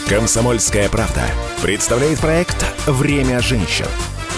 «Комсомольская правда» представляет проект «Время женщин».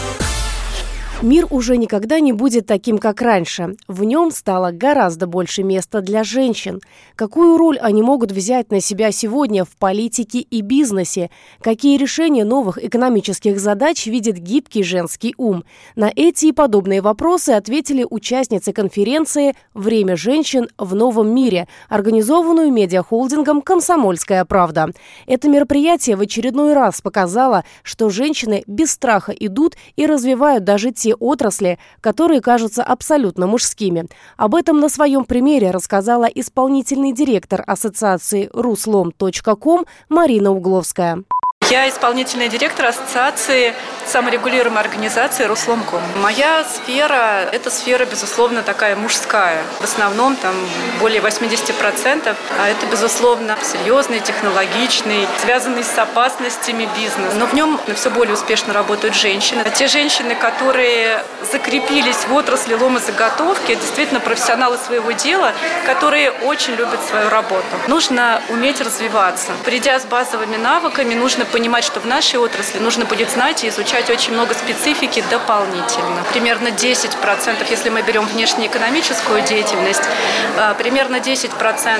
Мир уже никогда не будет таким, как раньше. В нем стало гораздо больше места для женщин. Какую роль они могут взять на себя сегодня в политике и бизнесе? Какие решения новых экономических задач видит гибкий женский ум? На эти и подобные вопросы ответили участницы конференции «Время женщин в новом мире», организованную медиахолдингом «Комсомольская правда». Это мероприятие в очередной раз показало, что женщины без страха идут и развивают даже те отрасли, которые кажутся абсолютно мужскими. Об этом на своем примере рассказала исполнительный директор ассоциации ruslom.com Марина Угловская. Я исполнительный директор ассоциации саморегулируемой организации «Руслом.ком». Моя сфера – это сфера, безусловно, такая мужская. В основном там более 80%. А это, безусловно, серьезный, технологичный, связанный с опасностями бизнес. Но в нем все более успешно работают женщины. Те женщины, которые закрепились в отрасли ломозаготовки, действительно профессионалы своего дела, которые очень любят свою работу. Нужно уметь развиваться. Придя с базовыми навыками, нужно понимать, что в нашей отрасли нужно будет знать и изучать очень много специфики дополнительно. Примерно 10%, если мы берем внешнеэкономическую деятельность, примерно 10%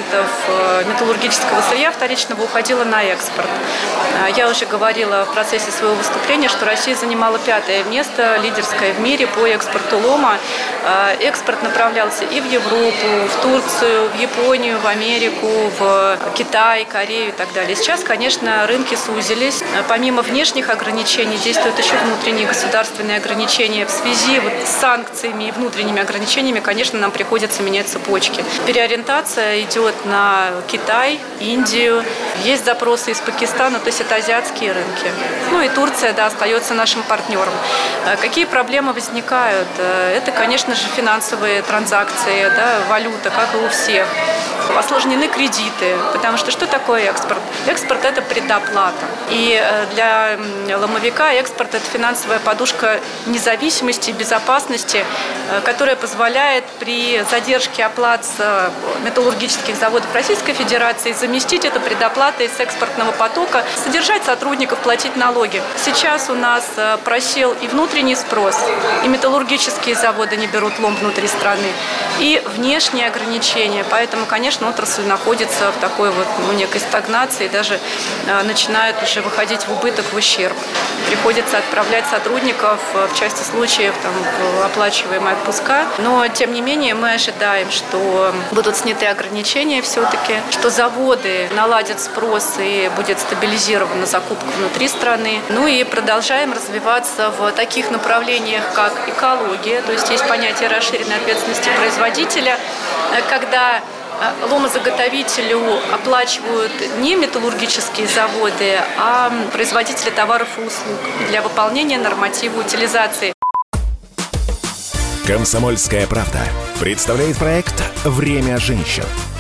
металлургического сырья вторичного уходило на экспорт. Я уже говорила в процессе своего выступления, что Россия занимала 5-е место, лидерское в мире по экспорту лома. Экспорт направлялся и в Европу, в Турцию, в Японию, в Америку, в Китай, Корею и так далее. Сейчас, конечно, рынки сузились. Помимо внешних ограничений действуют еще внутренние государственные ограничения. В связи с санкциями и внутренними ограничениями, конечно, нам приходится менять цепочки. Переориентация идет на Китай, Индию. Есть запросы из Пакистана, то есть это азиатские рынки. Ну и Турция, да, остается нашим партнером. Какие проблемы возникают? Это, конечно же, финансовые транзакции, да, валюта, как и у всех. Осложнены кредиты, потому что такое экспорт? Экспорт – это предоплата. И для ломовика экспорт – это финансовая подушка независимости и безопасности, которая позволяет при задержке оплат с металлургических заводов Российской Федерации заместить это предоплатой с экспортного потока, содержать сотрудников, платить налоги. Сейчас у нас просел и внутренний спрос, и металлургические заводы не берут лом внутри страны, и внешние ограничения. Поэтому, конечно, отрасль находится в такой некой стагнации, даже начинает уже выходить в убыток, в ущерб. Приходится отправлять сотрудников в части случаев в оплачиваемые отпуска. Но, тем не менее, мы ожидаем, что будут сняты ограничения все-таки, что заводы наладят спрос и будет стабилизирована закупка внутри страны. Ну и продолжаем развиваться в таких направлениях, как экология, то есть понятие расширенной ответственности производителя, когда ломозаготовителю оплачивают не металлургические заводы, а производители товаров и услуг для выполнения норматива утилизации. «Комсомольская правда» представляет проект «Время женщин».